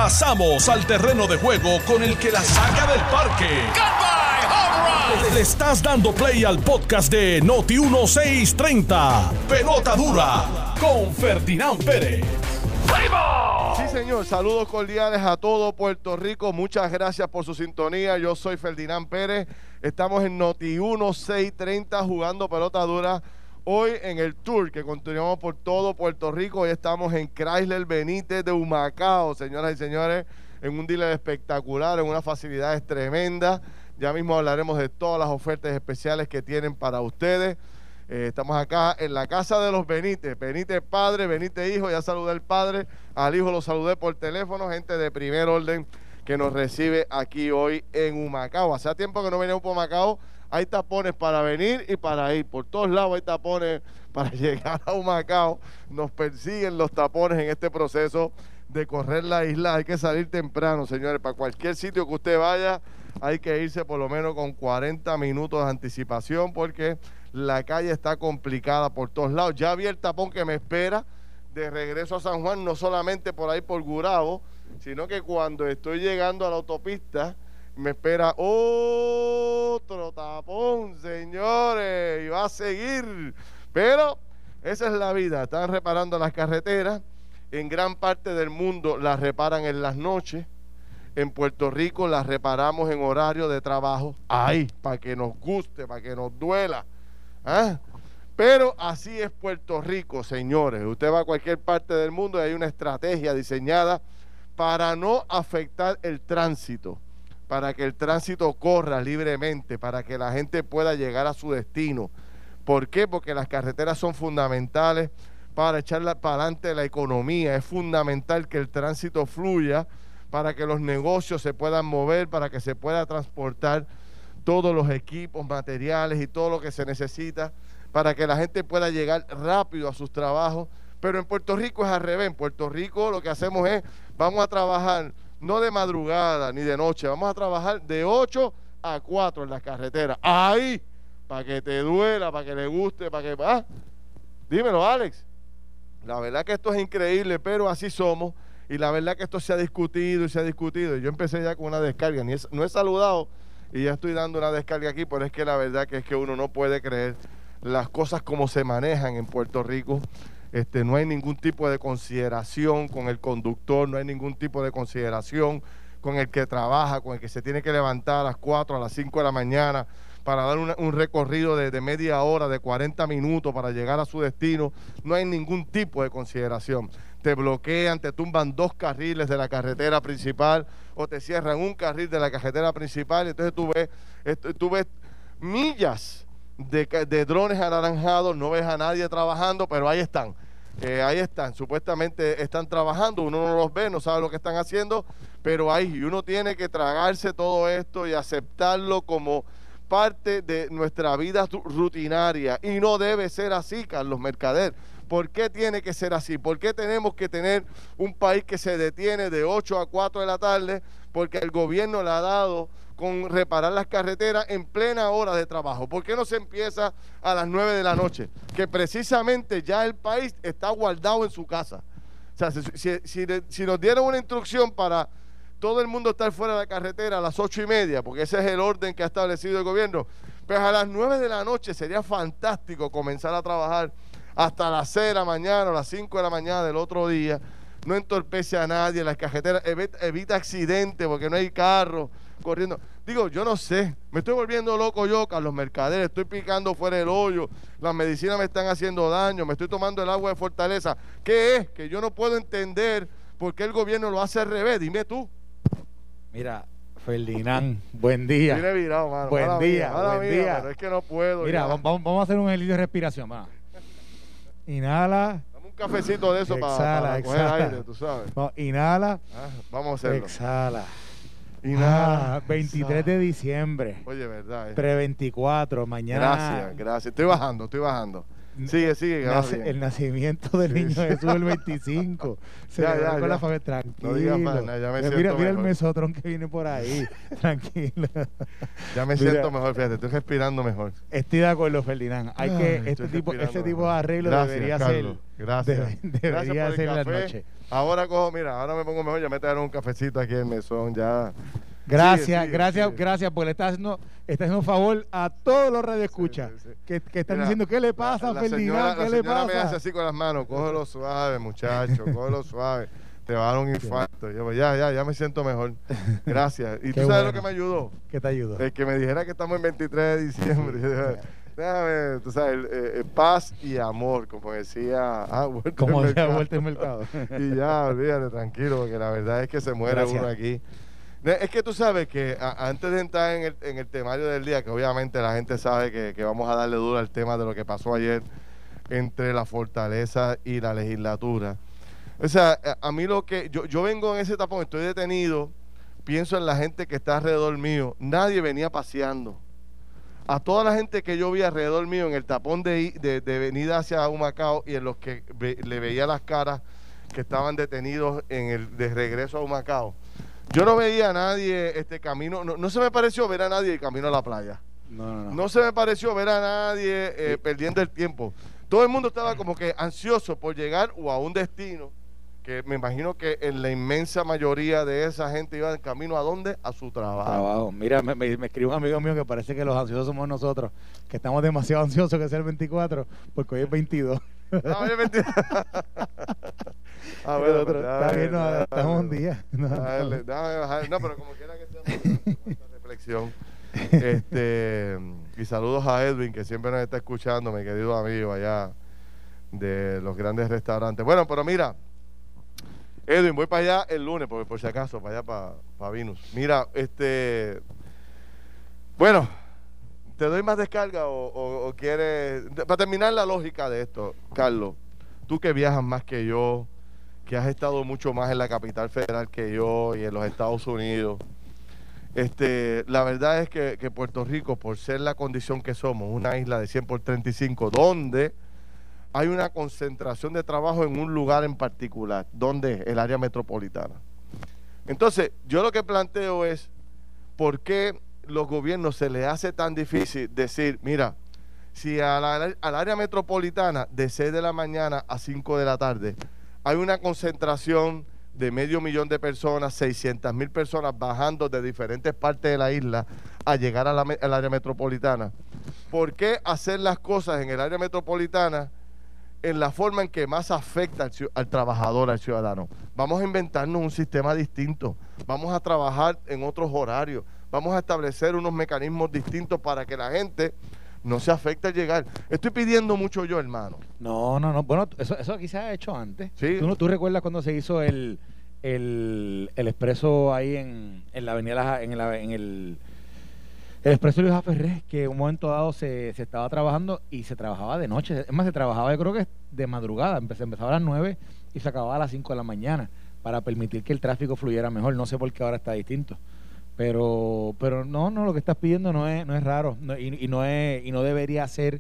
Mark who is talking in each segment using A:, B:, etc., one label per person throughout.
A: Pasamos al terreno de juego con el que la saca del parque. Le estás dando play al podcast de Noti 1630. Pelota dura con Ferdinand Pérez.
B: Sí, señor. Saludos cordiales a todo Puerto Rico. Muchas gracias por su sintonía. Yo soy Ferdinand Pérez. Estamos en Noti 1630 jugando pelota dura. Hoy en el tour que continuamos por todo Puerto Rico. Hoy estamos en Chrysler Benítez de Humacao, señoras y señores, en un dealer espectacular, en unas facilidades tremendas. Ya mismo hablaremos de todas las ofertas especiales que tienen para ustedes. Estamos acá en la casa de los Benítez. Benítez padre, Benítez hijo. Ya saludé al padre, al hijo lo saludé por teléfono. Gente de primer orden que nos recibe aquí hoy en Humacao. Hace tiempo que no veníamos por Humacao. Hay tapones para venir y para ir. Por todos lados hay tapones para llegar a Humacao. Nos persiguen los tapones en este proceso de correr la isla. Hay que salir temprano, señores. Para cualquier sitio que usted vaya, hay que irse por lo menos con 40 minutos de anticipación porque la calle está complicada por todos lados. Ya vi el tapón que me espera de regreso a San Juan, no solamente por ahí por Gurabo, sino que cuando estoy llegando a la autopista, me espera otro tapón, señores, y va a seguir. Pero esa es la vida. Están reparando las carreteras. En gran parte del mundo las reparan en las noches. En Puerto Rico las reparamos en horario de trabajo. Ahí, para que nos guste, para que nos duela. ¿Ah? Pero así es Puerto Rico, señores. Usted va a cualquier parte del mundo y hay una estrategia diseñada para no afectar el tránsito, para que el tránsito corra libremente, para que la gente pueda llegar a su destino. ¿Por qué? Porque las carreteras son fundamentales para echarla para adelante la economía. Es fundamental que el tránsito fluya para que los negocios se puedan mover, para que se pueda transportar todos los equipos, materiales y todo lo que se necesita, para que la gente pueda llegar rápido a sus trabajos. Pero en Puerto Rico es al revés. En Puerto Rico lo que hacemos es, vamos a trabajar no de madrugada ni de noche, vamos a trabajar de 8 a 4 en las carreteras. Ahí, para que te duela, para que le guste, para que... Ah, dímelo, Alex. La verdad que esto es increíble, pero así somos. Y la verdad que esto se ha discutido y se ha discutido. Y yo empecé ya con una descarga. No he saludado y ya estoy dando una descarga aquí, pero es que la verdad que es que uno no puede creer las cosas como se manejan en Puerto Rico. No hay ningún tipo de consideración con el conductor, no hay ningún tipo de consideración con el que trabaja, con el que se tiene que levantar a las 4, a las 5 de la mañana para dar un recorrido de media hora, de 40 minutos para llegar a su destino. No hay ningún tipo de consideración. Te bloquean, te tumban 2 carriles de la carretera principal o te cierran un carril de la carretera principal. Entonces tú ves millas de drones anaranjados, no ves a nadie trabajando, pero ahí están. Ahí están, supuestamente están trabajando, uno no los ve, no sabe lo que están haciendo, pero ahí, y uno tiene que tragarse todo esto y aceptarlo como parte de nuestra vida rutinaria, y no debe ser así, Carlos Mercader. ¿Por qué tiene que ser así? ¿Por qué tenemos que tener un país que se detiene de 8 a 4 de la tarde? Porque el gobierno le ha dado con reparar las carreteras en plena hora de trabajo. ¿Por qué no se empieza a las 9 de la noche? Que precisamente ya el país está guardado en su casa. O sea, si nos dieran una instrucción para todo el mundo estar fuera de la carretera a las 8:30, porque ese es el orden que ha establecido el gobierno, pues a las 9 de la noche sería fantástico comenzar a trabajar hasta las 6 de la mañana o las 5 de la mañana del otro día. No entorpece a nadie, las carreteras, evita accidentes porque no hay carros corriendo. Digo, yo no sé, me estoy volviendo loco yo, Carlos Mercader, estoy picando fuera del hoyo, las medicinas me están haciendo daño, me estoy tomando el agua de Fortaleza. ¿Qué es? Que yo no puedo entender por qué el gobierno lo hace al revés. Dime tú.
C: Mira, Ferdinand, buen día.
B: Viene virado, mano.
C: Buen día.
B: Pero es que no puedo.
C: Mira, vamos a hacer un ejercicio de respiración, va. Inhala.
B: Dame un cafecito de eso para coger aire, tú sabes.
C: No, inhala.
B: Vamos a hacerlo.
C: Exhala.
B: Inhala.
C: 23 de diciembre.
B: Oye, verdad.
C: Pre-24, mañana.
B: Gracias. Estoy bajando. Sigue.
C: El nacimiento del niño Jesús el 25.
B: Ya.
C: Con la familia, tranquilo.
B: No digas más nada, ya me siento
C: mira el
B: mejor.
C: mesotrón que viene por ahí. Tranquilo.
B: Ya me siento mejor, fíjate, estoy respirando mejor.
C: Estoy de acuerdo, Ferdinand. Hay que este tipo de arreglo debería
B: Carlos,
C: ser.
B: Gracias.
C: Debería
B: por
C: ser
B: el
C: la
B: café.
C: noche.
B: Ahora me pongo mejor, ya me trajeron un cafecito aquí en el mesón, ya.
C: Gracias,
B: Sigue.
C: gracias, porque le está haciendo un favor a todos los radioescuchas que están diciendo, ¿qué le pasa, Ferdinand? ¿Qué le pasa?
B: La señora me hace así con las manos, cógelo suave, muchacho, cógelo suave. Te va a dar un infarto. Yo, ya me siento mejor. Gracias. ¿Y tú sabes lo que me ayudó?
C: ¿Qué te ayudó?
B: El que me dijera que estamos en 23 de diciembre. Déjame, tú sabes, paz y amor, como decía
C: Walter Mercado.
B: Y ya, olvídate, tranquilo, porque la verdad es que se muere uno aquí. Es que tú sabes que antes de entrar en el temario del día, que obviamente la gente sabe que vamos a darle duro al tema de lo que pasó ayer entre la Fortaleza y la legislatura. O sea, a mí lo que... Yo vengo en ese tapón, estoy detenido, pienso en la gente que está alrededor mío. Nadie venía paseando. A toda la gente que yo vi alrededor mío en el tapón de venida hacia Humacao y en los que le veía las caras que estaban detenidos de regreso a Humacao. Yo no veía a nadie camino, no se me pareció ver a nadie camino a la playa. No se me pareció ver a nadie perdiendo el tiempo. Todo el mundo estaba como que ansioso por llegar o a un destino, que me imagino que en la inmensa mayoría de esa gente iba en camino ¿a dónde? A su trabajo.
C: Mira, me escribe un amigo mío que parece que los ansiosos somos nosotros, que estamos demasiado ansiosos que sea el 24, porque hoy es 22.
B: Hoy es 22.
C: Bueno, está bien, estamos un día.
B: Déjame bajar. No, pero como quiera que sea, esta reflexión. Y saludos a Edwin, que siempre nos está escuchando, mi querido amigo allá de los grandes restaurantes. Bueno, pero mira, Edwin, voy para allá el lunes, por si acaso, para allá, para Venus. Mira, bueno, ¿te doy más descarga o quieres? Para terminar la lógica de esto, Carlos, tú que viajas más que yo, que has estado mucho más en la capital federal que yo y en los Estados Unidos, la verdad es que Puerto Rico, por ser la condición que somos, una isla de 100 por 35, donde hay una concentración de trabajo en un lugar en particular, donde el área metropolitana. Entonces, yo lo que planteo es, ¿por qué los gobiernos se les hace tan difícil decir, mira, si al área metropolitana de 6 de la mañana a 5 de la tarde hay una concentración de 500,000 de personas, 600,000 personas bajando de diferentes partes de la isla a llegar al área metropolitana? ¿Por qué hacer las cosas en el área metropolitana en la forma en que más afecta al trabajador, al ciudadano? Vamos a inventarnos un sistema distinto, vamos a trabajar en otros horarios, vamos a establecer unos mecanismos distintos para que la gente no se afecte al llegar. Estoy pidiendo mucho yo, hermano.
C: No. Bueno, eso aquí se ha hecho antes.
B: ¿Sí?
C: ¿Tú recuerdas cuando se hizo el expreso ahí en la avenida, en el expreso Luis A. Ferré, que en un momento dado se estaba trabajando y se trabajaba de noche? Es más, se trabajaba, yo creo que de madrugada. Empezaba a las 9 y se acababa a las 5 de la mañana para permitir que el tráfico fluyera mejor. No sé por qué ahora está distinto. Pero no, lo que estás pidiendo no es raro, y no debería ser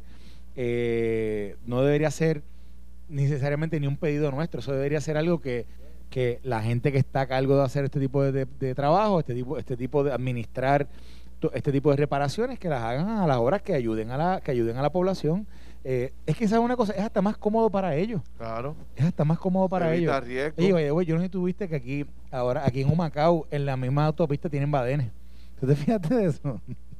C: necesariamente ni un pedido nuestro. Eso debería ser algo que la gente que está a cargo de hacer este tipo de trabajo, este tipo de administrar este tipo de reparaciones, que las hagan a las horas que ayuden a la población. Es que, ¿sabes una cosa? Es hasta más cómodo para ellos.
B: Claro.
C: Es hasta más cómodo para ellos. Oye, yo no sé si tú viste que aquí en Humacao, en la misma autopista, tienen badenes. ¿Tú te fijaste de eso?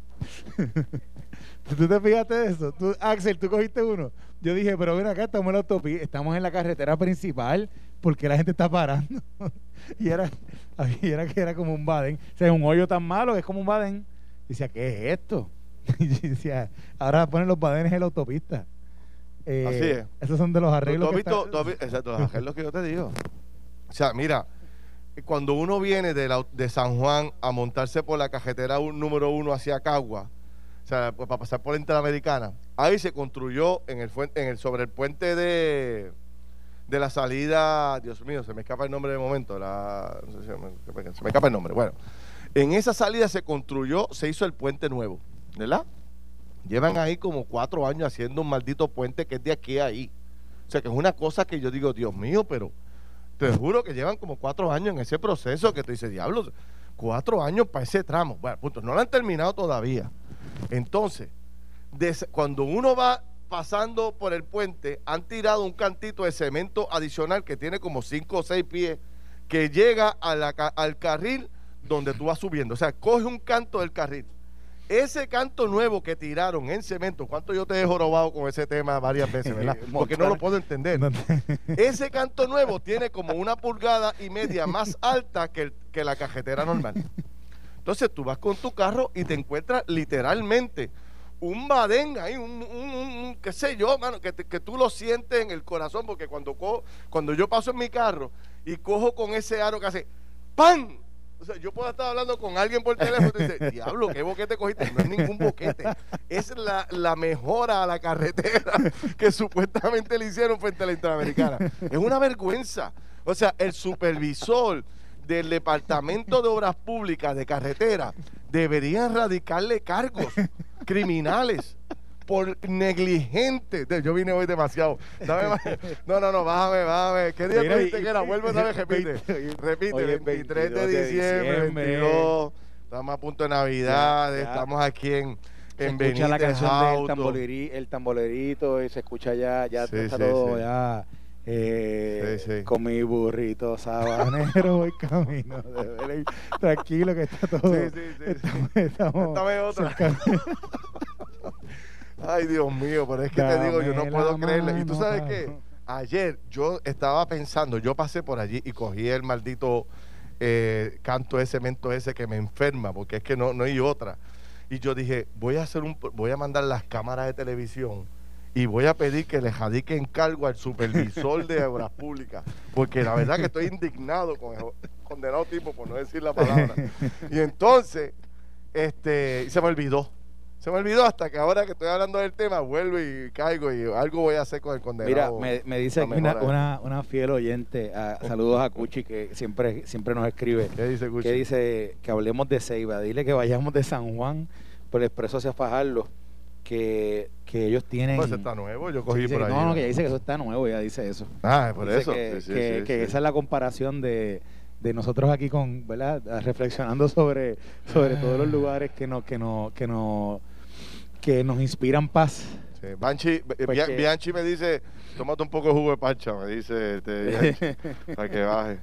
C: ¿Tú te fijaste de eso? Axel, ¿tú cogiste uno? Yo dije, pero ven acá, estamos en la autopista, estamos en la carretera principal, porque la gente está parando. y era como un badén. O sea, es un hoyo tan malo que es como un badén. Decía, ¿qué es esto? Y decía, ahora ponen los badenes en la autopista.
B: Así es.
C: Esos son de los arreglos.
B: Exacto, los arreglos que yo te digo. O sea, mira, cuando uno viene de San Juan a montarse por la carretera número 1 hacia Cagua, o sea, para pasar por la Interamericana, ahí se construyó sobre el puente de la salida, Dios mío, se me escapa el nombre de momento, se me escapa el nombre. Bueno, en esa salida se hizo el puente nuevo, ¿verdad? llevan ahí como 4 años haciendo un maldito puente que es de aquí a ahí. O sea, que es una cosa que yo digo, Dios mío, pero te juro que llevan como 4 años en ese proceso que tú dices, diablos, 4 años para ese tramo. Bueno, punto, no lo han terminado todavía. Entonces, cuando uno va pasando por el puente, han tirado un cantito de cemento adicional que tiene como 5 o 6 pies, que llega al carril donde tú vas subiendo. O sea, coge un canto del carril. Ese canto nuevo que tiraron en cemento, ¿cuánto yo te he jorobado con ese tema varias veces, verdad? Porque no lo puedo entender. Ese canto nuevo tiene como 1,5 pulgadas más alta que la cajetera normal. Entonces tú vas con tu carro y te encuentras literalmente un badén ahí, qué sé yo, mano, que tú lo sientes en el corazón, porque cuando yo paso en mi carro y cojo con ese aro que hace ¡pam! O sea, yo puedo estar hablando con alguien por teléfono y dice, diablo, ¿qué boquete cogiste? No es ningún boquete. Es la mejora a la carretera que supuestamente le hicieron frente a la Interamericana. Es una vergüenza. O sea, el supervisor del Departamento de Obras Públicas de Carretera debería radicarle cargos criminales por negligente. Yo vine hoy demasiado. No, bájame. ¿Qué día tú dijiste que era? Vuelve otra vez, repite. Oye, 23 de diciembre, 22. Estamos a punto de Navidad, estamos aquí en
C: Benítez. Escucha la canción del tambolerito y se escucha ya está todo ya. Con mi burrito sabanero voy camino de Belén. Tranquilo que está todo. Estamos
B: otra. Ay, Dios mío, pero es que te digo, yo no puedo creerle. Y tú sabes qué, ayer yo estaba pensando, yo pasé por allí y cogí el maldito canto de cemento ese que me enferma, porque es que no hay otra. Y yo dije, voy a mandar las cámaras de televisión y voy a pedir que le radiquen cargo al supervisor de Obras Públicas, porque la verdad que estoy indignado con el condenado tipo, por no decir la palabra. Y entonces, se me olvidó hasta que ahora que estoy hablando del tema, vuelvo y caigo y algo voy a hacer con el condenado.
C: Mira, me dice aquí una fiel oyente, saludos a Cuchi, que siempre nos escribe.
B: ¿Qué dice Cuchi?
C: Que dice que hablemos de Ceiba, dile que vayamos de San Juan por el Expreso hacia Fajardo, que ellos tienen...
B: Pues está nuevo, yo cogí por ahí.
C: No, que ella dice que eso está nuevo, ella dice eso.
B: Por
C: dice
B: eso.
C: Que esa es la comparación de nosotros aquí ¿verdad? Reflexionando sobre todos los lugares que nos inspiran paz.
B: Sí. Bianchi me dice, tómate un poco de jugo de parcha, me dice Bianchi, para que baje.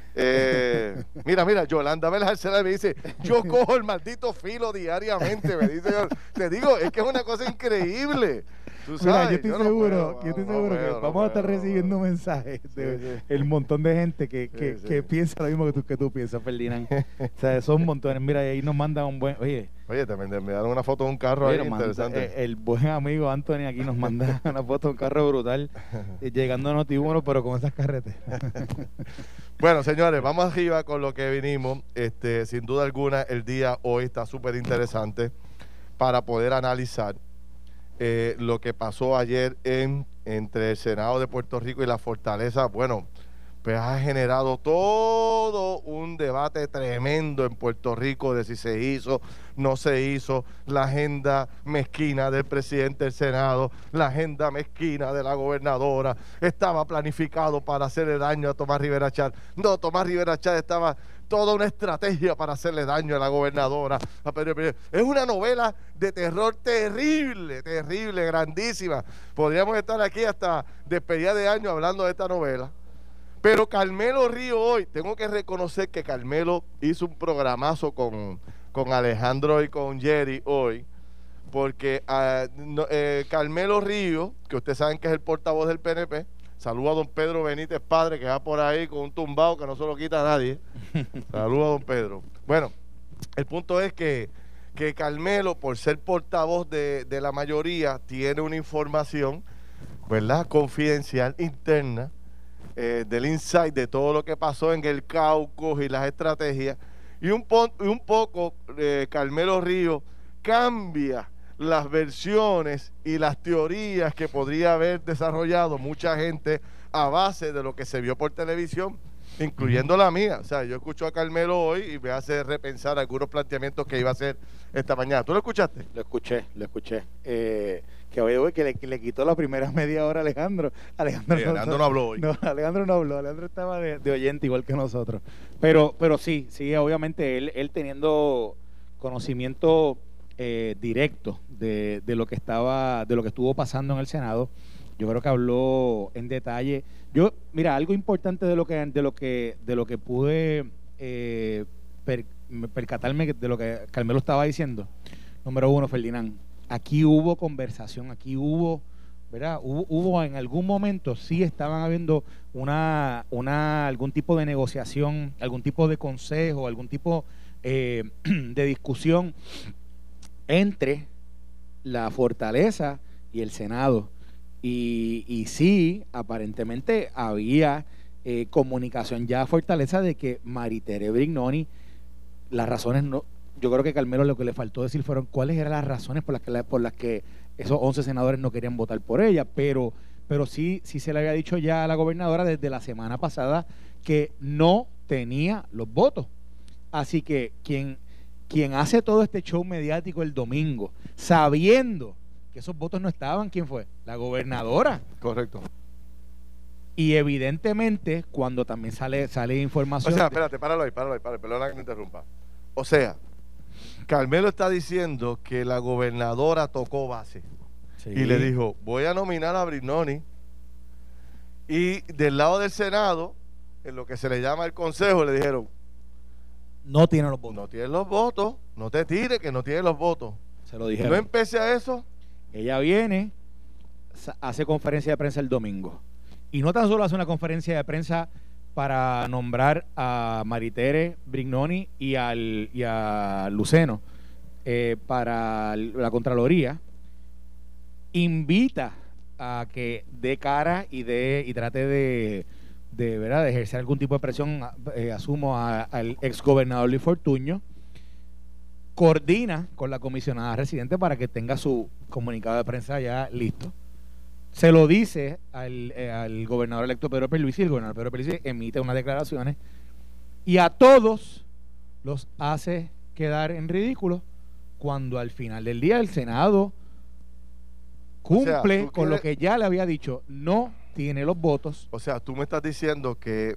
B: Mira, Yolanda Belarcela me dice, yo cojo el maldito filo diariamente, me dice. Te digo, es que es una cosa increíble. ¿Tú sabes?
C: Mira, yo estoy seguro que vamos a estar recibiendo mensajes de el montón de gente que piensa lo mismo que tú piensas, Ferdinand. O sea, son montones. Mira, ahí nos mandan un buen... Oye, también me enviaron una foto de un carro ahí interesante. El buen amigo Anthony aquí nos manda una foto de un carro brutal llegando a Noti1, pero con esas carreteras.
B: Bueno, señores, vamos arriba con lo que vinimos. Sin duda alguna, el día hoy está súper interesante para poder analizar lo que pasó ayer entre el Senado de Puerto Rico y la Fortaleza. Bueno, pues ha generado todo un debate tremendo en Puerto Rico de si se hizo, no se hizo, la agenda mezquina del presidente del Senado, la agenda mezquina de la gobernadora, estaba planificado para hacerle daño a Tomás Rivera Chat. No, Tomás Rivera Chat estaba toda una estrategia para hacerle daño a la gobernadora. Es una novela de terror terrible, grandísima. Podríamos estar aquí hasta despedida de año hablando de esta novela. Pero Carmelo Río hoy, tengo que reconocer que Carmelo hizo un programazo con Alejandro y con Jerry hoy, porque Carmelo Río, que ustedes saben que es el portavoz del PNP, saluda a don Pedro Benítez, padre, que va por ahí con un tumbado que no se lo quita a nadie. Saluda a don Pedro. Bueno, el punto es que Carmelo, por ser portavoz de la mayoría, tiene una información, ¿verdad?, confidencial, interna, del insight de todo lo que pasó en el Caucus y las estrategias, y un poco Carmelo Río cambia las versiones y las teorías que podría haber desarrollado mucha gente a base de lo que se vio por televisión incluyendo la mía. O sea, yo escucho a Carmelo hoy y me hace repensar algunos planteamientos que iba a hacer esta mañana. ¿Tú lo escuchaste?
C: Lo escuché. Que hoy que le quitó la primera media hora a Alejandro.
B: Alejandro no habló hoy.
C: No, Alejandro no habló. Alejandro estaba de oyente igual que nosotros. Pero sí, obviamente él teniendo conocimiento directo de lo que estuvo pasando en el Senado. Yo creo que habló en detalle. Mira, algo importante de lo que pude percatarme de lo que Carmelo estaba diciendo. Número uno, Ferdinand, aquí hubo conversación, ¿verdad? Hubo en algún momento, sí estaban habiendo algún tipo de negociación, algún tipo de consejo, algún tipo de discusión entre la Fortaleza y el Senado. Y sí, aparentemente había comunicación ya Fortaleza de que Maritere Brignoni, las razones no, yo creo que Carmelo lo que le faltó decir fueron cuáles eran las razones por las que esos 11 senadores no querían votar por ella, pero sí se le había dicho ya a la gobernadora desde la semana pasada que no tenía los votos. Así que quien hace todo este show mediático el domingo, sabiendo que esos votos no estaban, ¿quién fue? La gobernadora.
B: Correcto.
C: Y evidentemente, cuando también sale información...
B: O sea, espérate, páralo ahí, perdona que me interrumpa. O sea, Carmelo está diciendo que la gobernadora tocó base. Sí. Y le dijo, voy a nominar a Brignoni. Y del lado del Senado, en lo que se le llama el consejo, le dijeron,
C: no tiene los votos.
B: No tiene los votos, no te tires que no tiene los votos.
C: Se lo dijeron.
B: No empecé a eso.
C: Ella viene, hace conferencia de prensa el domingo. Y no tan solo hace una conferencia de prensa para nombrar a Maritere Brignoni y a Luceno para la Contraloría, invita a que dé cara y trate de ¿verdad? De ejercer algún tipo de presión, asumo, al exgobernador Luis Fortuño. Coordina con la comisionada residente para que tenga su comunicado de prensa ya listo. Se lo dice al gobernador electo Pedro Pierluisi, y el gobernador Pedro Pierluisi emite unas declaraciones y a todos los hace quedar en ridículo cuando al final del día el Senado cumple con lo que ya le había dicho, no tiene los votos.
B: O sea, tú me estás diciendo que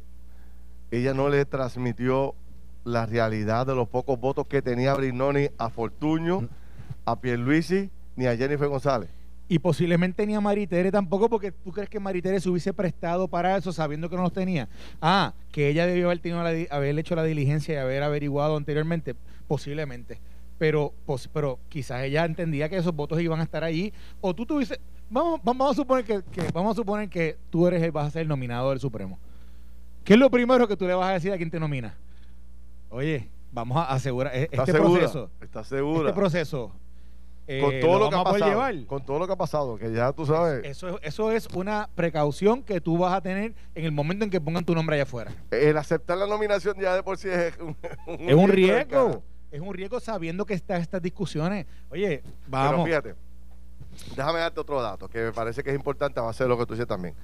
B: ella no le transmitió la realidad de los pocos votos que tenía Brignoni a Fortuño, a Pierluisi, ni a Jennifer González.
C: Y posiblemente ni a Maritere tampoco, porque tú crees que Maritere se hubiese prestado para eso sabiendo que no los tenía. Que ella debió haber hecho la diligencia y haber averiguado anteriormente, posiblemente. Pero quizás ella entendía que esos votos iban a estar allí. O tú tuviste, vamos a suponer que tú vas a ser el nominado del Supremo. ¿Qué es lo primero que tú le vas a decir a quien te nomina? Oye, vamos a asegurar
B: ¿Está segura?
C: Este proceso
B: con todo lo que ha pasado, con todo lo que ha pasado, que ya tú sabes.
C: Eso es una precaución que tú vas a tener en el momento en que pongan tu nombre allá afuera.
B: El aceptar la nominación ya de por sí es
C: un riesgo. Es un riesgo sabiendo que están estas discusiones. Oye, vamos.
B: Pero fíjate, déjame darte otro dato que me parece que es importante a base de lo que tú dices también.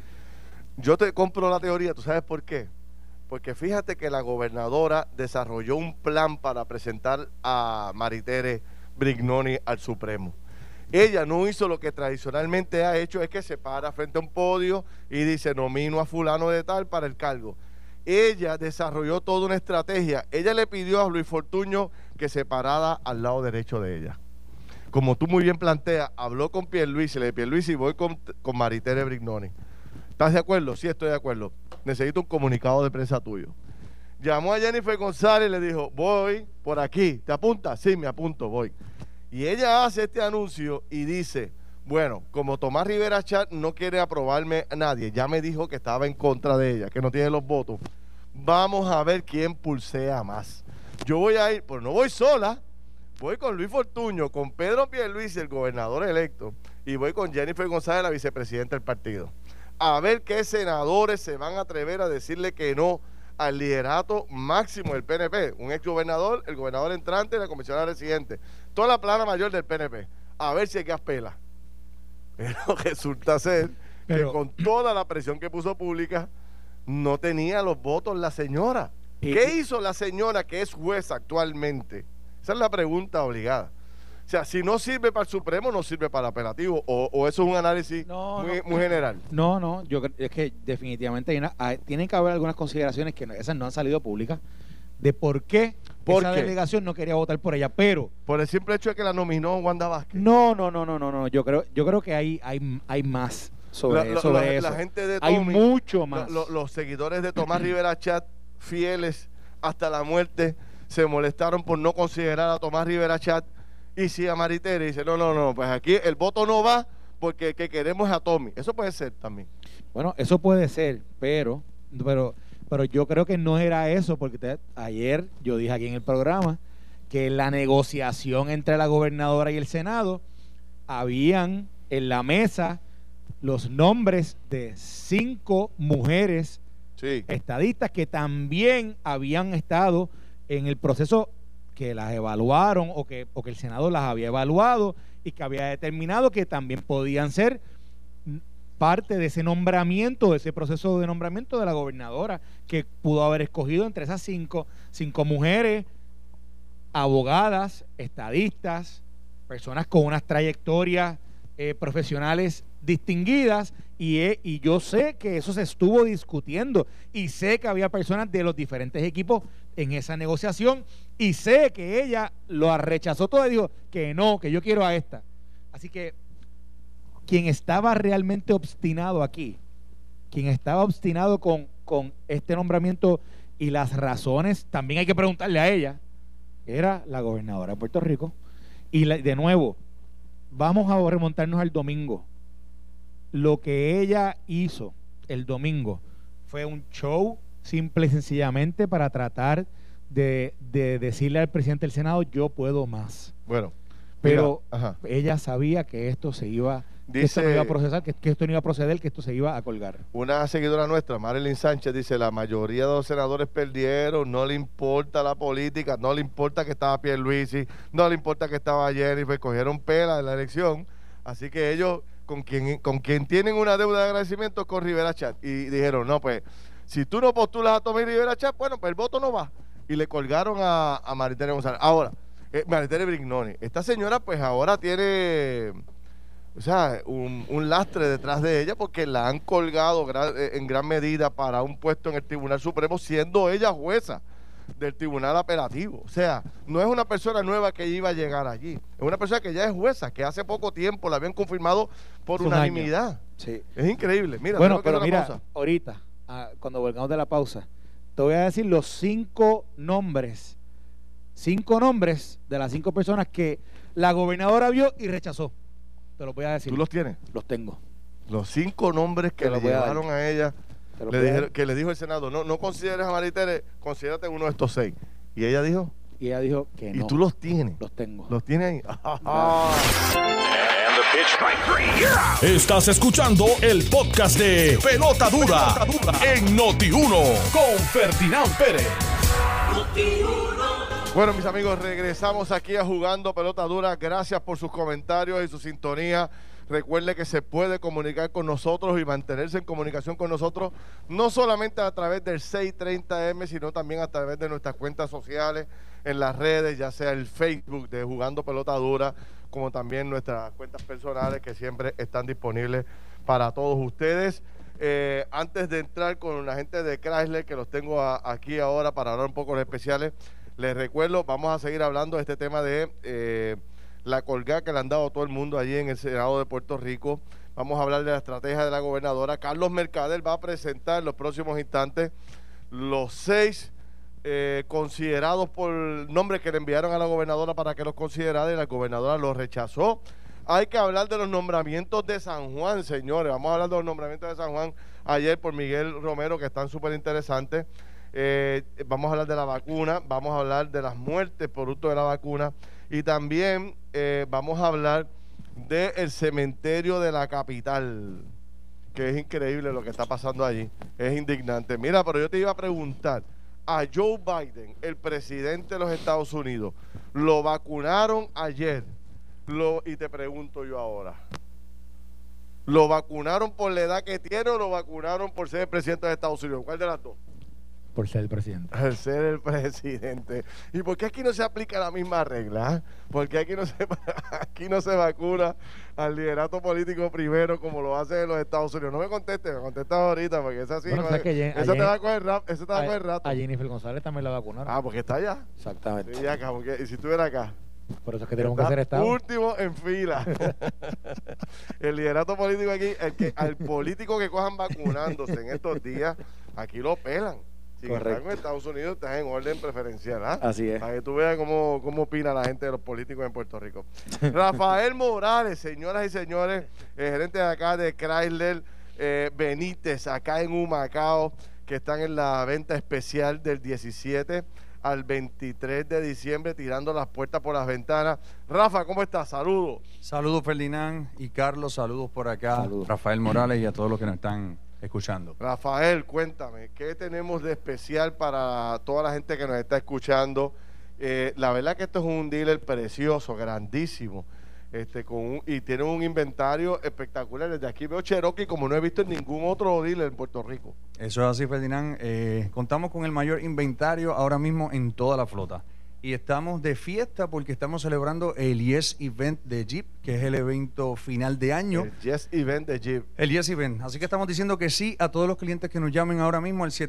B: Yo te compro la teoría, ¿tú sabes por qué? Porque fíjate que la gobernadora desarrolló un plan para presentar a Maritere Brignoni al Supremo. Ella no hizo lo que tradicionalmente ha hecho, es que se para frente a un podio y dice, nomino a fulano de tal para el cargo. Ella desarrolló toda una estrategia. Ella le pidió a Luis Fortuño que se parara al lado derecho de ella. Como tú muy bien planteas, habló con Pierluisi, le dije, Pierluisi, voy con Maritere Brignoni. ¿Estás de acuerdo? Sí, estoy de acuerdo. Necesito un comunicado de prensa tuyo. Llamó a Jennifer González y le dijo, voy por aquí. ¿Te apuntas? Sí, me apunto, voy. Y ella hace este anuncio y dice, bueno, como Tomás Rivera Chat no quiere aprobarme a nadie, ya me dijo que estaba en contra de ella, que no tiene los votos, vamos a ver quién pulsea más. Yo voy a ir, pero no voy sola, voy con Luis Fortuño, con Pedro Pierluisi, el gobernador electo, y voy con Jennifer González, la vicepresidenta del partido. A ver qué senadores se van a atrever a decirle que no al liderato máximo del PNP, un exgobernador, el gobernador entrante y la comisionada residente, toda la plana mayor del PNP, a ver si hay que apela. Pero resulta ser que con toda la presión que puso pública, no tenía los votos la señora. ¿Qué hizo la señora que es jueza actualmente? Esa es la pregunta obligada. O sea, si no sirve para el Supremo, no sirve para el apelativo, o eso es un análisis muy general.
C: No, es que definitivamente tienen que haber algunas consideraciones que esas no han salido públicas de por qué esa delegación no quería votar por ella, pero
B: por el simple hecho de que la nominó Wanda Vázquez.
C: No, yo creo que hay más sobre eso.
B: La gente de Tommy,
C: hay mucho más.
B: Los seguidores de Tomás Rivera Chat, fieles hasta la muerte, se molestaron por no considerar a Tomás Rivera Chat. Y si a Maritere dice, no, pues aquí el voto no va porque que queremos es a Tommy. Eso puede ser también.
C: Bueno, eso puede ser, pero yo creo que no era eso, porque ayer yo dije aquí en el programa que la negociación entre la gobernadora y el Senado habían en la mesa los nombres de 5 mujeres estadistas que también habían estado en el proceso, que las evaluaron o que el Senado las había evaluado y que había determinado que también podían ser parte de ese nombramiento, de ese proceso de nombramiento de la gobernadora, que pudo haber escogido entre esas cinco mujeres, abogadas, estadistas, personas con unas trayectorias profesionales distinguidas, y yo sé que eso se estuvo discutiendo, y sé que había personas de los diferentes equipos en esa negociación, y sé que ella lo rechazó todo y dijo que no, que yo quiero a esta. Así que quien estaba realmente obstinado aquí, quien estaba obstinado con este nombramiento y las razones, también hay que preguntarle a ella, era la gobernadora de Puerto Rico. Y de nuevo, vamos a remontarnos al domingo. Lo que ella hizo el domingo fue un show simple y sencillamente para tratar de decirle al presidente del Senado, yo puedo más.
B: Bueno,
C: pero ella sabía que esto se iba, que esto no iba a procesar, que esto no iba a proceder, que esto se iba a colgar.
B: Una seguidora nuestra, Marilyn Sánchez, dice, la mayoría de los senadores perdieron, no le importa la política, no le importa que estaba Pierluisi, no le importa que estaba Jennifer, cogieron pela de la elección, así que ellos, con quien tienen una deuda de agradecimiento, con Rivera Chat, y dijeron, no, pues, si tú no postulas a Tommy Rivera Chat, bueno, pues el voto no va, y le colgaron a Maritere González. Ahora, Maritere Brignoni, esta señora pues ahora tiene, o sea, un lastre detrás de ella, porque la han colgado en gran medida para un puesto en el Tribunal Supremo, siendo ella jueza del Tribunal Apelativo. O sea, no es una persona nueva que iba a llegar allí, es una persona que ya es jueza, que hace poco tiempo la habían confirmado por unanimidad.
C: Sí.
B: Es increíble. Mira,
C: bueno, pero mira, ahorita, cuando volvamos de la pausa, te voy a decir los 5 nombres de las 5 personas que la gobernadora vio y rechazó. Te los voy a decir.
B: ¿Tú los tienes?
C: Los tengo.
B: Los 5 nombres que le llevaron a ella, que le dijo el Senado, no consideres a Maritere, considérate uno de estos 6. Y ella dijo...
C: Y ella dijo que no.
B: ¿Y tú los tienes?
C: Los tengo.
B: ¿Los tienes ahí?
A: Estás escuchando el podcast de Pelota Dura, en Noti1 con Ferdinand Pérez.
B: Bueno, mis amigos, regresamos aquí a Jugando Pelota Dura. Gracias por sus comentarios y su sintonía. Recuerde que se puede comunicar con nosotros y mantenerse en comunicación con nosotros, no solamente a través del 630M, sino también a través de nuestras cuentas sociales en las redes, ya sea el Facebook de Jugando Pelota Dura, como también nuestras cuentas personales que siempre están disponibles para todos ustedes. Antes de entrar con la gente de Chrysler, que los tengo aquí ahora para hablar un poco de los especiales, les recuerdo, vamos a seguir hablando de este tema de la colgada que le han dado a todo el mundo allí en el Senado de Puerto Rico. Vamos a hablar de la estrategia de la gobernadora. Carlos Mercader va a presentar en los próximos instantes los 6 considerados por nombres que le enviaron a la gobernadora para que los considerara, y la gobernadora los rechazó. Hay que hablar de los nombramientos de San Juan, señores. Vamos a hablar de los nombramientos de San Juan ayer por Miguel Romero, que están súper interesantes. Vamos a hablar de la vacuna, vamos a hablar de las muertes producto de la vacuna, y también vamos a hablar del cementerio de la capital, que es increíble lo que está pasando allí, es indignante. Mira, pero yo te iba a preguntar, a Joe Biden, el presidente de los Estados Unidos, lo vacunaron ayer, y te pregunto yo ahora, ¿Lo vacunaron por la edad que tiene o lo vacunaron por ser el presidente de Estados Unidos? ¿Cuál de las dos?
C: Por ser el presidente.
B: Al ser el presidente. ¿Y por qué aquí no se aplica la misma regla? Porque aquí no se vacuna al liderato político primero como lo hacen en los Estados Unidos. No me contestes ahorita porque es así.
C: Bueno,
B: eso te va a coger rato.
C: A Jennifer González también la vacunaron.
B: Ah, porque está allá.
C: Exactamente.
B: Sí, acá, y si estuviera acá.
C: Por eso es que tenemos que hacer estado.
B: Último en fila. El liderato político aquí, al político que cojan vacunándose en estos días, aquí lo pelan. Si están en Estados Unidos, estás en orden preferencial.
C: Así es.
B: Para que tú veas cómo opina la gente de los políticos en Puerto Rico. Rafael Morales, señoras y señores, el gerente de acá de Chrysler Benítez, acá en Humacao, que están en la venta especial del 17 al 23 de diciembre, tirando las puertas por las ventanas. Rafa, ¿cómo estás? Saludos.
D: Saludos, Ferdinand y Carlos, saludos por acá.
C: Saludos.
D: Rafael Morales y a todos los que nos están escuchando.
B: Rafael, cuéntame, ¿qué tenemos de especial para toda la gente que nos está escuchando? La verdad que esto es un dealer precioso, grandísimo, y tiene un inventario espectacular. Desde aquí veo Cherokee como no he visto en ningún otro dealer en Puerto Rico.
D: Eso es así, Ferdinand. Contamos con el mayor inventario ahora mismo en toda la flota. Y estamos de fiesta porque estamos celebrando el Yes Event de Jeep, que es el evento final de año.
B: El Yes Event de Jeep.
D: El Yes Event. Así que estamos diciendo que sí a todos los clientes que nos llamen ahora mismo al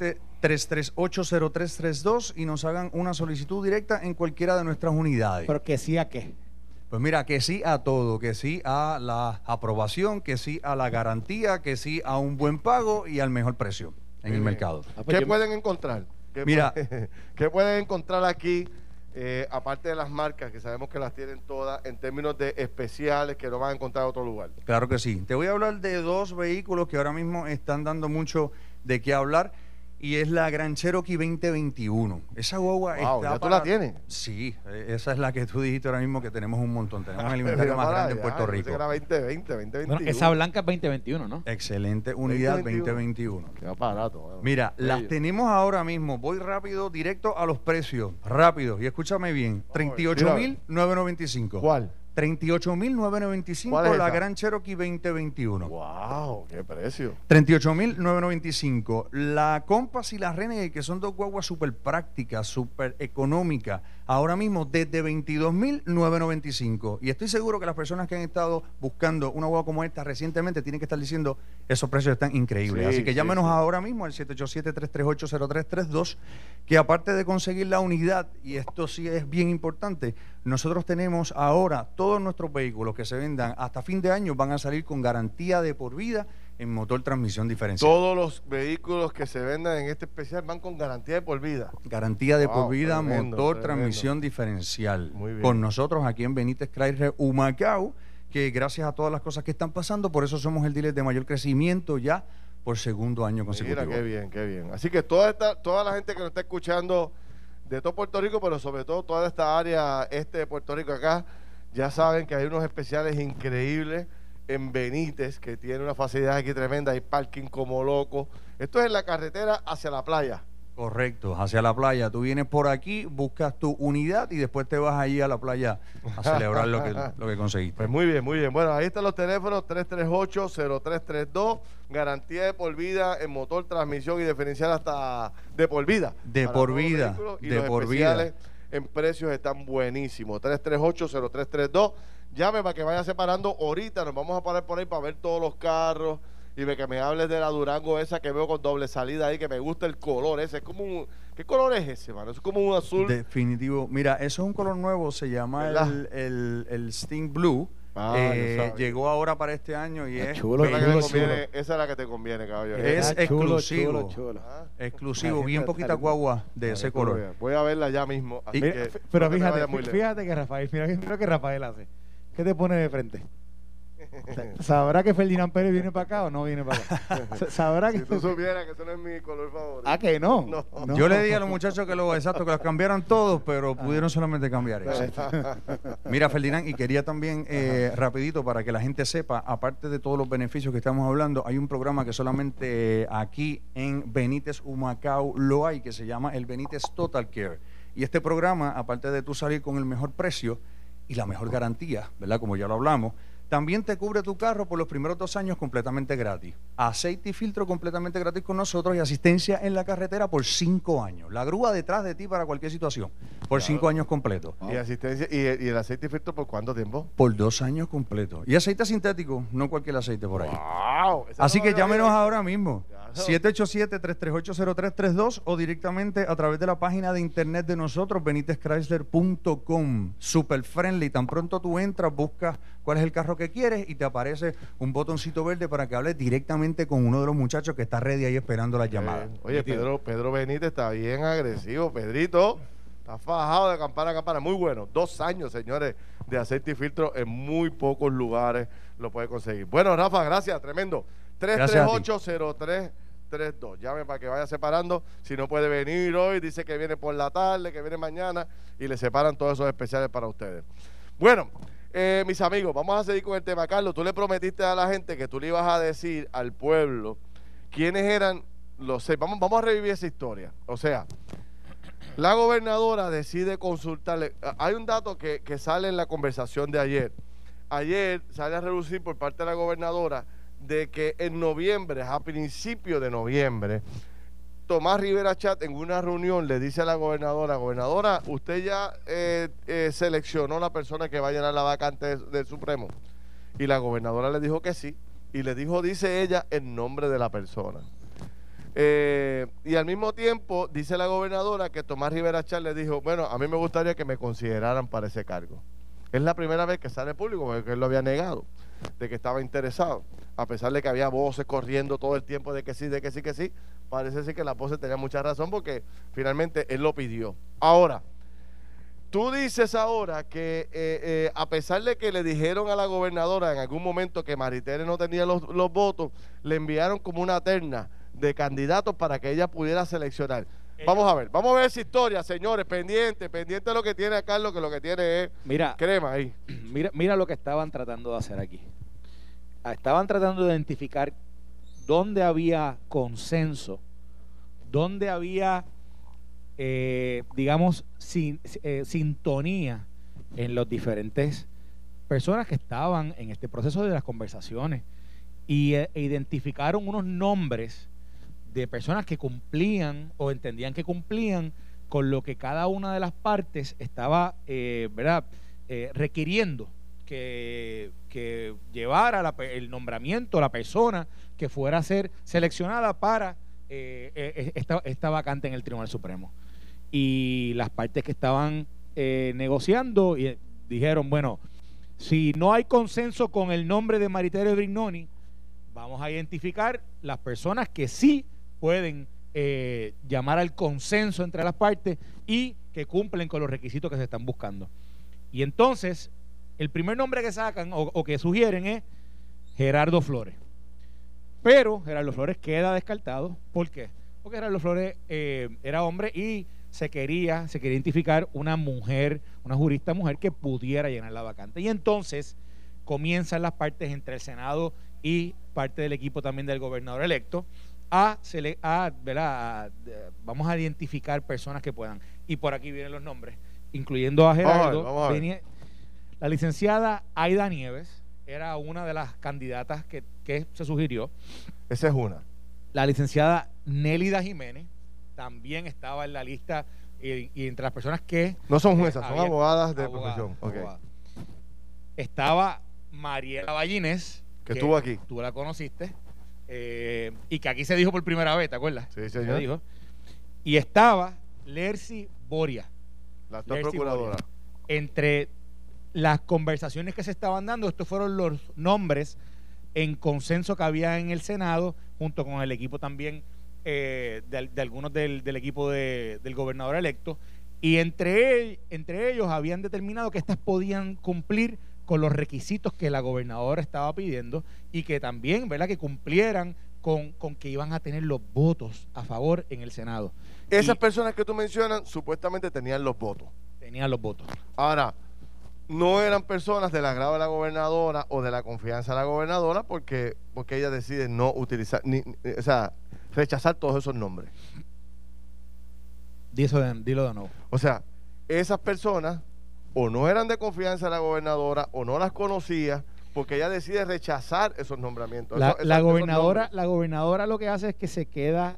D: 787-338-0332 y nos hagan una solicitud directa en cualquiera de nuestras unidades.
C: ¿Pero que sí a qué?
D: Pues mira, que sí a todo, que sí a la aprobación, que sí a la garantía, que sí a un buen pago y al mejor precio en el mercado.
B: ¿Qué pueden encontrar? ¿Qué pueden encontrar aquí, aparte de las marcas, que sabemos que las tienen todas, en términos de especiales que no van a encontrar en otro lugar?
D: Claro que sí. Te voy a hablar de dos vehículos que ahora mismo están dando mucho de qué hablar. Y es la Grand Cherokee 2021. Esa guagua está
B: ¿ya tú la tienes?
D: Sí, esa es la que tú dijiste ahora mismo que tenemos un montón. Tenemos el inventario más grande en Puerto Rico.
B: Era 2021.
C: Bueno, esa blanca es 2021, ¿no?
D: Excelente unidad 2021.
B: Qué aparato. Bueno.
D: Mira, las tenemos ahora mismo. Voy rápido, directo a los precios. Rápido. Y escúchame bien. 38,995.
B: ¿Cuál?
D: 38,995 la Grand Cherokee 2021.
B: ¡Wow! ¡Qué precio!
D: 38,995. La Compass y la Renegade, que son dos guaguas súper prácticas, súper económicas, ahora mismo desde 22,995. Y estoy seguro que las personas que han estado buscando una guagua como esta recientemente tienen que estar diciendo esos precios están increíbles.
B: Sí,
D: así que llámenos ahora mismo al 787-338-0332, que aparte de conseguir la unidad, y esto sí es bien importante, nosotros tenemos ahora todos nuestros vehículos que se vendan hasta fin de año van a salir con garantía de por vida en motor transmisión diferencial.
B: Todos los vehículos que se vendan en este especial van con garantía de por vida.
D: Garantía de por vida,
B: tremendo,
D: motor transmisión diferencial.
B: Muy bien.
D: Con nosotros aquí en Benítez Chrysler Humacao, que gracias a todas las cosas que están pasando, por eso somos el dealer de mayor crecimiento ya por segundo año consecutivo.
B: Mira, qué bien, qué bien. Así que toda la gente que nos está escuchando de todo Puerto Rico, pero sobre todo toda esta área de Puerto Rico acá, ya saben que hay unos especiales increíbles en Benítez, que tiene una facilidad aquí tremenda, hay parking como loco. Esto es en la carretera hacia la playa.
D: Correcto, hacia la playa. Tú vienes por aquí, buscas tu unidad y después te vas allí a la playa a celebrar lo que conseguiste.
B: Pues muy bien, muy bien. Bueno, ahí están los teléfonos, 338-0332, garantía de por vida en motor, transmisión y diferencial hasta de por vida.
D: De por vida,
B: de por vida. En precios están buenísimos. 338-0332. Llame para que vaya separando. Ahorita nos vamos a parar por ahí para ver todos los carros y que me hables de la Durango esa que veo con doble salida ahí, que me gusta el color ese. Es como un... ¿Qué color es ese, mano? Es como un azul.
D: Definitivo. Mira, eso es un color nuevo, se llama el Sting Blue. Llegó ahora para este año y es
C: chulo,
B: esa es la que te conviene, caballo.
D: Es exclusivo.
C: Chulo.
D: Exclusivo, bien poquita guagua de ese color.
B: Voy a verla ya mismo. Así que
C: pero fíjate que Rafael, mira lo que Rafael hace. ¿Qué te pone de frente? ¿Sabrá que Ferdinand Pérez viene para acá o no viene para acá? ¿Sabrá que
B: si tú supieras que ese no es mi color favorito.
C: ¿Ah, que no?
B: No.
D: Yo le dije a los muchachos que los cambiaron todos, pero pudieron solamente cambiar eso. Mira, Ferdinand, y quería también, rapidito, para que la gente sepa, aparte de todos los beneficios que estamos hablando, hay un programa que solamente aquí en Benítez Humacao lo hay, que se llama el Benítez Total Care. Y este programa, aparte de tú salir con el mejor precio y la mejor garantía, ¿verdad? Como ya lo hablamos, También te cubre tu carro por los primeros 2 años completamente gratis. Aceite y filtro completamente gratis con nosotros y asistencia en la carretera por 5 años. La grúa detrás de ti para cualquier situación por 5 años completos.
B: ¿Y asistencia y el aceite y filtro por cuánto tiempo?
D: Por 2 años completos. Y aceite sintético, no cualquier aceite por ahí.
B: ¡Wow!
D: Así que llámenos ahora mismo.
B: Claro.
D: 787-338-0332 o directamente a través de la página de internet de nosotros, benitezchrysler.com. Super friendly. Tan pronto tú entras, buscas cuál es el carro que quieres y te aparece un botoncito verde para que hables directamente con uno de los muchachos que está ready ahí esperando las llamadas.
B: Oye, Pedro Benítez está bien agresivo. Pedrito está fajado de campana a campana. Muy bueno. 2 años, señores, de aceite y filtro en muy pocos lugares lo puede conseguir. Bueno, Rafa, gracias. Tremendo. 338-0332. Llame para que vaya separando. Si no puede venir hoy, dice que viene por la tarde, que viene mañana y le separan todos esos especiales para ustedes. Bueno, mis amigos, vamos a seguir con el tema. Carlos, tú le prometiste a la gente que tú le ibas a decir al pueblo quiénes eran los 6. Vamos a revivir esa historia. O sea, la gobernadora decide consultarle. Hay un dato que sale en la conversación de ayer. Ayer sale a relucir por parte de la gobernadora de que en noviembre, a principios de noviembre, Tomás Rivera Chat en una reunión le dice a la gobernadora, usted ya seleccionó la persona que va a llenar la vacante del Supremo. Y la gobernadora le dijo que sí, y le dijo, dice ella, el nombre de la persona. Y al mismo tiempo dice la gobernadora que Tomás Rivera Chat le dijo, bueno, a mí me gustaría que me consideraran para ese cargo. Es la primera vez que sale público, porque él lo había negado, de que estaba interesado, a pesar de que había voces corriendo todo el tiempo de que sí, de que sí, que sí. Parece ser que las voces tenían mucha razón porque finalmente él lo pidió. Ahora, tú dices ahora que a pesar de que le dijeron a la gobernadora en algún momento que Maritere no tenía los votos, le enviaron como una terna de candidatos para que ella pudiera seleccionar. Vamos a ver esa historia, señores, pendiente de lo que tiene a Carlos, que lo que tiene es crema ahí.
C: Mira lo que estaban tratando de hacer aquí. Estaban tratando de identificar dónde había consenso, dónde había, digamos, sintonía en los diferentes personas que estaban en este proceso de las conversaciones y identificaron unos nombres de personas que cumplían o entendían que cumplían con lo que cada una de las partes estaba requiriendo que llevara el nombramiento, la persona que fuera a ser seleccionada para esta vacante en el Tribunal Supremo. Y las partes que estaban negociando dijeron, bueno, si no hay consenso con el nombre de Maritere Brignoni, vamos a identificar las personas que sí pueden llamar al consenso entre las partes y que cumplen con los requisitos que se están buscando. Y entonces, el primer nombre que sacan o que sugieren es Gerardo Flores. Pero Gerardo Flores queda descartado. ¿Por qué? Porque Gerardo Flores era hombre y se quería identificar una mujer, una jurista mujer que pudiera llenar la vacante. Y entonces comienzan las partes entre el Senado y parte del equipo también del gobernador electo vamos a identificar personas que puedan. Y por aquí vienen los nombres, incluyendo a Gerardo.
B: Vamos a ver.
C: La licenciada Aida Nieves era una de las candidatas que se sugirió.
B: Esa es una.
C: La licenciada Nélida Jiménez también estaba en la lista y entre las personas que...
B: No son juezas, son abogadas de profesión. Okay.
C: Estaba Mariela Ballinés,
B: que estuvo aquí.
C: Tú la conociste. Y que aquí se dijo por primera vez, ¿te acuerdas?
B: Sí, señor.
C: Se dijo. Y estaba Lercy Boria,
B: la actual procuradora.
C: Boria. Entre las conversaciones que se estaban dando, estos fueron los nombres en consenso que había en el Senado, junto con el equipo también de algunos del equipo del gobernador electo, y entre ellos habían determinado que estas podían cumplir con los requisitos que la gobernadora estaba pidiendo y que también, ¿verdad?, que cumplieran con que iban a tener los votos a favor en el Senado.
B: Esas personas que tú mencionas supuestamente tenían los votos.
C: Tenían los votos.
B: Ahora, no eran personas del agrado de la gobernadora o de la confianza de la gobernadora porque ella decide no utilizar, rechazar todos esos nombres.
C: Dilo de nuevo.
B: O sea, esas personas o no eran de confianza de la gobernadora o no las conocía porque ella decide rechazar esos nombramientos.
C: La gobernadora lo que hace es que se queda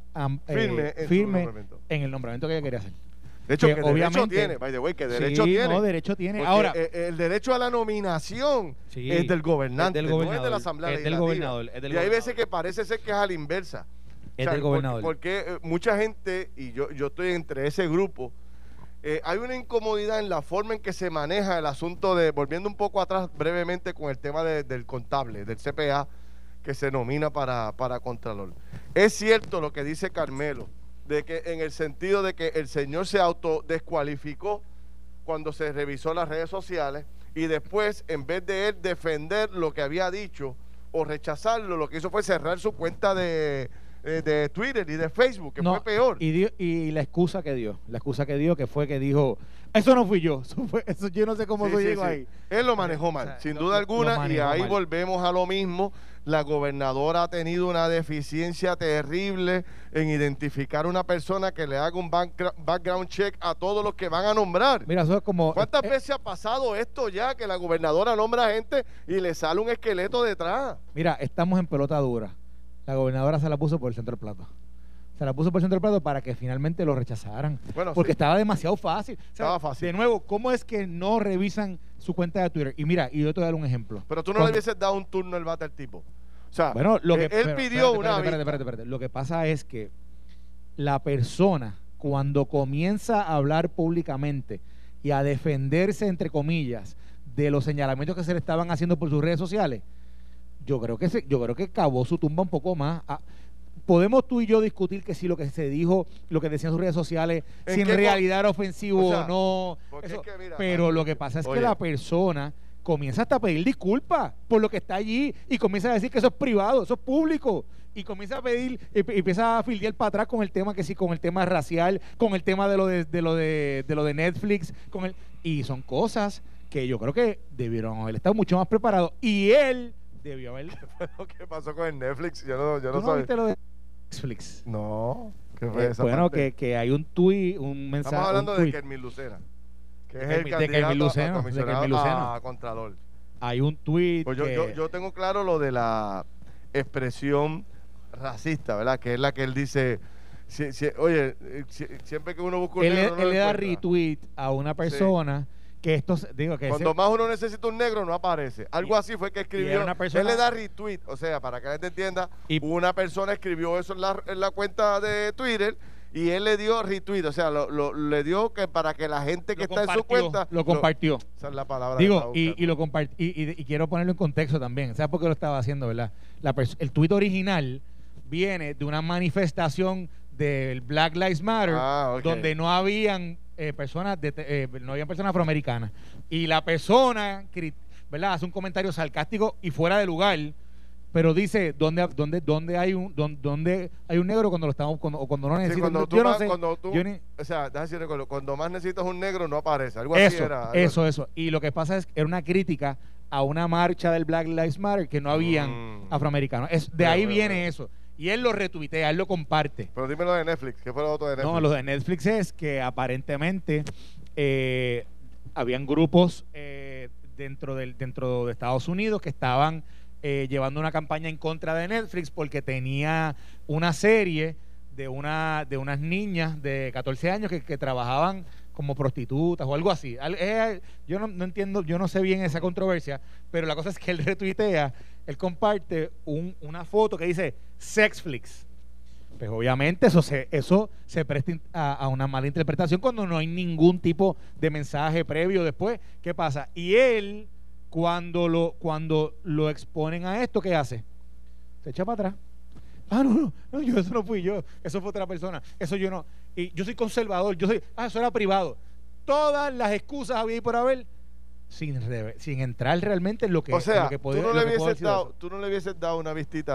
C: firme en el nombramiento que ella quería hacer.
B: De hecho, que derecho tiene, by the way, que derecho tiene.
C: No, derecho tiene.
B: Porque ahora, el derecho a la nominación es del gobernante, no es de la Asamblea Legislativa.
C: Del gobernador.
B: Y hay veces que parece ser que es a la inversa.
C: Es del gobernador.
B: Porque mucha gente, y yo estoy entre ese grupo, hay una incomodidad en la forma en que se maneja el asunto de, volviendo un poco atrás brevemente con el tema del contable, del CPA, que se nomina para Contralor. Es cierto lo que dice Carmelo, de que en el sentido de que el señor se autodescualificó cuando se revisó las redes sociales y después, en vez de él defender lo que había dicho o rechazarlo, lo que hizo fue cerrar su cuenta de Twitter y de Facebook, que fue peor.
C: Y la excusa que dio, que fue que dijo, eso no fui yo, eso yo no sé cómo lo llegó ahí.
B: Él lo manejó mal, sin duda alguna, y ahí volvemos a lo mismo. La gobernadora ha tenido una deficiencia terrible en identificar una persona que le haga un background check a todos los que van a nombrar.
C: Mira, eso es como...
B: ¿Cuántas veces ha pasado esto ya, que la gobernadora nombra gente y le sale un esqueleto detrás?
C: Mira, estamos en pelota dura. La gobernadora se la puso por el centro del plato. Se la puso por el centro del plato para que finalmente lo rechazaran. Bueno, porque estaba demasiado fácil.
B: Estaba fácil.
C: De nuevo, ¿cómo es que no revisan su cuenta de Twitter? Y mira, y yo te voy a dar un ejemplo.
B: Pero tú no le hubieses dado un turno al bate al tipo. O sea,
C: bueno,
B: él pidió una vista.
C: Espérate. Lo que pasa es que la persona, cuando comienza a hablar públicamente y a defenderse, entre comillas, de los señalamientos que se le estaban haciendo por sus redes sociales, yo creo que cavó su tumba un poco más. Podemos tú y yo discutir que si lo que se dijo, lo que decían sus redes sociales, si en realidad era ofensivo o no. Eso, pero lo que pasa es que la persona comienza hasta a pedir disculpas por lo que está allí y comienza a decir que eso es privado, eso es público. Y comienza a pedir, y empieza a fildear para atrás con el tema que sí, con el tema racial, con el tema de lo de Netflix, y son cosas que yo creo que debieron haber estado mucho más preparados. Y él debió haber.
B: ¿Qué pasó con el Netflix? Yo no
C: sabía. ¿No viste lo de Netflix?
B: No. ¿Qué fue esa
C: bueno,
B: parte?
C: que hay un tuit, un mensaje.
B: Estamos hablando de Kermit Lucena, que es el candidato a comisionado a Contralor.
C: Hay un tuit.
B: Pues yo tengo claro lo de la expresión racista, ¿verdad? Que es la que él dice. Siempre que uno busca un negro,
C: él le da retweet a una persona. Que
B: cuando más uno necesita un negro no aparece. Algo así fue que escribió. Él le da retweet, o sea, para que la gente entienda, una persona escribió eso en la cuenta de Twitter y él le dio retweet, o sea, le dio que para que la gente que está en su cuenta
C: lo compartió.
B: Esa es la palabra.
C: Y lo compartió, y quiero ponerlo en contexto también. ¿Sabes por qué lo estaba haciendo, verdad? El tweet original viene de una manifestación del Black Lives Matter, donde no habían personas afroamericanas, y la persona, ¿verdad?, hace un comentario sarcástico y fuera de lugar, pero dice ¿dónde hay un negro cuando lo estamos cuando no necesitas.
B: O sea, cuando más necesitas un negro no aparece. Algo así era.
C: Eso. Y lo que pasa es que era una crítica a una marcha del Black Lives Matter que no habían afroamericanos. Ahí viene eso. Y él lo retuitea, él lo comparte.
B: Pero dime lo de Netflix, ¿qué fue lo otro de Netflix?
C: No, lo de Netflix es que aparentemente habían grupos dentro de Estados Unidos que estaban llevando una campaña en contra de Netflix porque tenía una serie de unas niñas de 14 años que trabajaban como prostitutas o algo así. Yo no entiendo, yo no sé bien esa controversia, pero la cosa es que él retuitea, él comparte una foto que dice Sexflix. Pues obviamente eso se presta a una mala interpretación cuando no hay ningún tipo de mensaje previo después. ¿Qué pasa? Y él, cuando lo exponen a esto, ¿qué hace? Se echa para atrás. No, eso no fui yo, eso fue otra persona, eso yo no. Y yo soy conservador, eso era privado. Todas las excusas había y por haber, sin entrar realmente en lo que,
B: o sea,
C: podía,
B: tú no le hubieses dado una vistita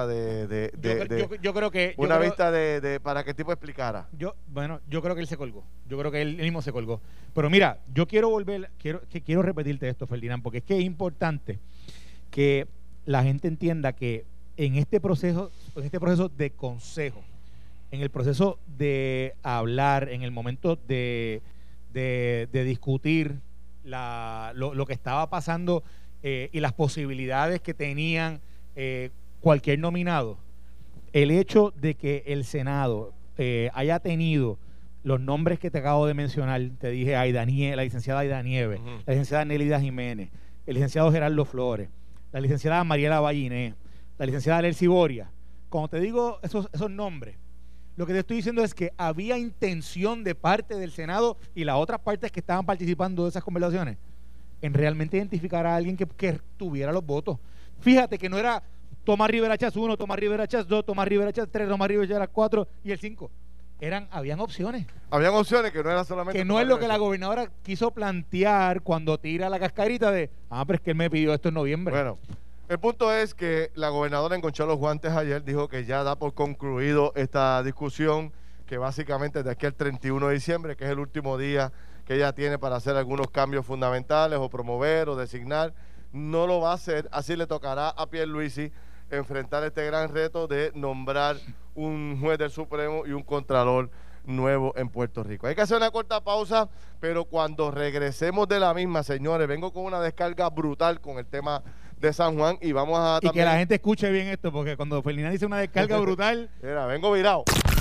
C: yo creo que
B: vista para que el tipo explicara.
C: Yo creo que él se colgó. Yo creo que él mismo se colgó. Pero mira, yo quiero repetirte esto, Ferdinand, porque es que es importante que la gente entienda que en este proceso de consejo, en el proceso de hablar, en el momento de discutir lo que estaba pasando y las posibilidades que tenían cualquier nominado, el hecho de que el Senado haya tenido los nombres que te acabo de mencionar, te dije la licenciada Aida Nieves, la licenciada Nélida Jiménez, el licenciado Gerardo Flores, la licenciada Mariela Balliné, la licenciada Lercy Boria. Cuando te digo esos nombres, lo que te estoy diciendo es que había intención de parte del Senado y las otras partes que estaban participando de esas conversaciones en realmente identificar a alguien que tuviera los votos. Fíjate que no era Tomás Rivera Chats 1, Tomás Rivera Chats 2, Tomás Rivera Chats 3, Tomás Rivera Chats 4 y el 5. Habían opciones.
B: Habían opciones que no era solamente...
C: Que no es lo que la gobernadora quiso plantear cuando tira la cascarita de, pero es que él me pidió esto en noviembre.
B: Bueno, el punto es que la gobernadora enconchó los guantes ayer, dijo que ya da por concluido esta discusión, que básicamente de aquí al 31 de diciembre, que es el último día que ella tiene para hacer algunos cambios fundamentales o promover o designar, no lo va a hacer, así le tocará a Pierluisi enfrentar este gran reto de nombrar un juez del Supremo y un contralor nuevo en Puerto Rico. Hay que hacer una corta pausa, pero cuando regresemos de la misma, señores, vengo con una descarga brutal con el tema de San Juan y vamos a...
C: Y que la gente escuche bien esto, porque cuando Ferdinand dice una descarga brutal...
B: Mira, vengo virado.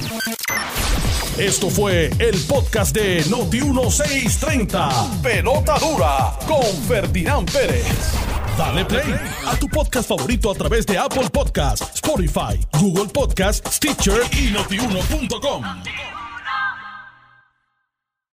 A: Esto fue el podcast de Noti1630. Pelota dura con Ferdinand Pérez. Dale play a tu podcast favorito a través de Apple Podcasts, Spotify, Google Podcasts, Stitcher y Notiuno.com.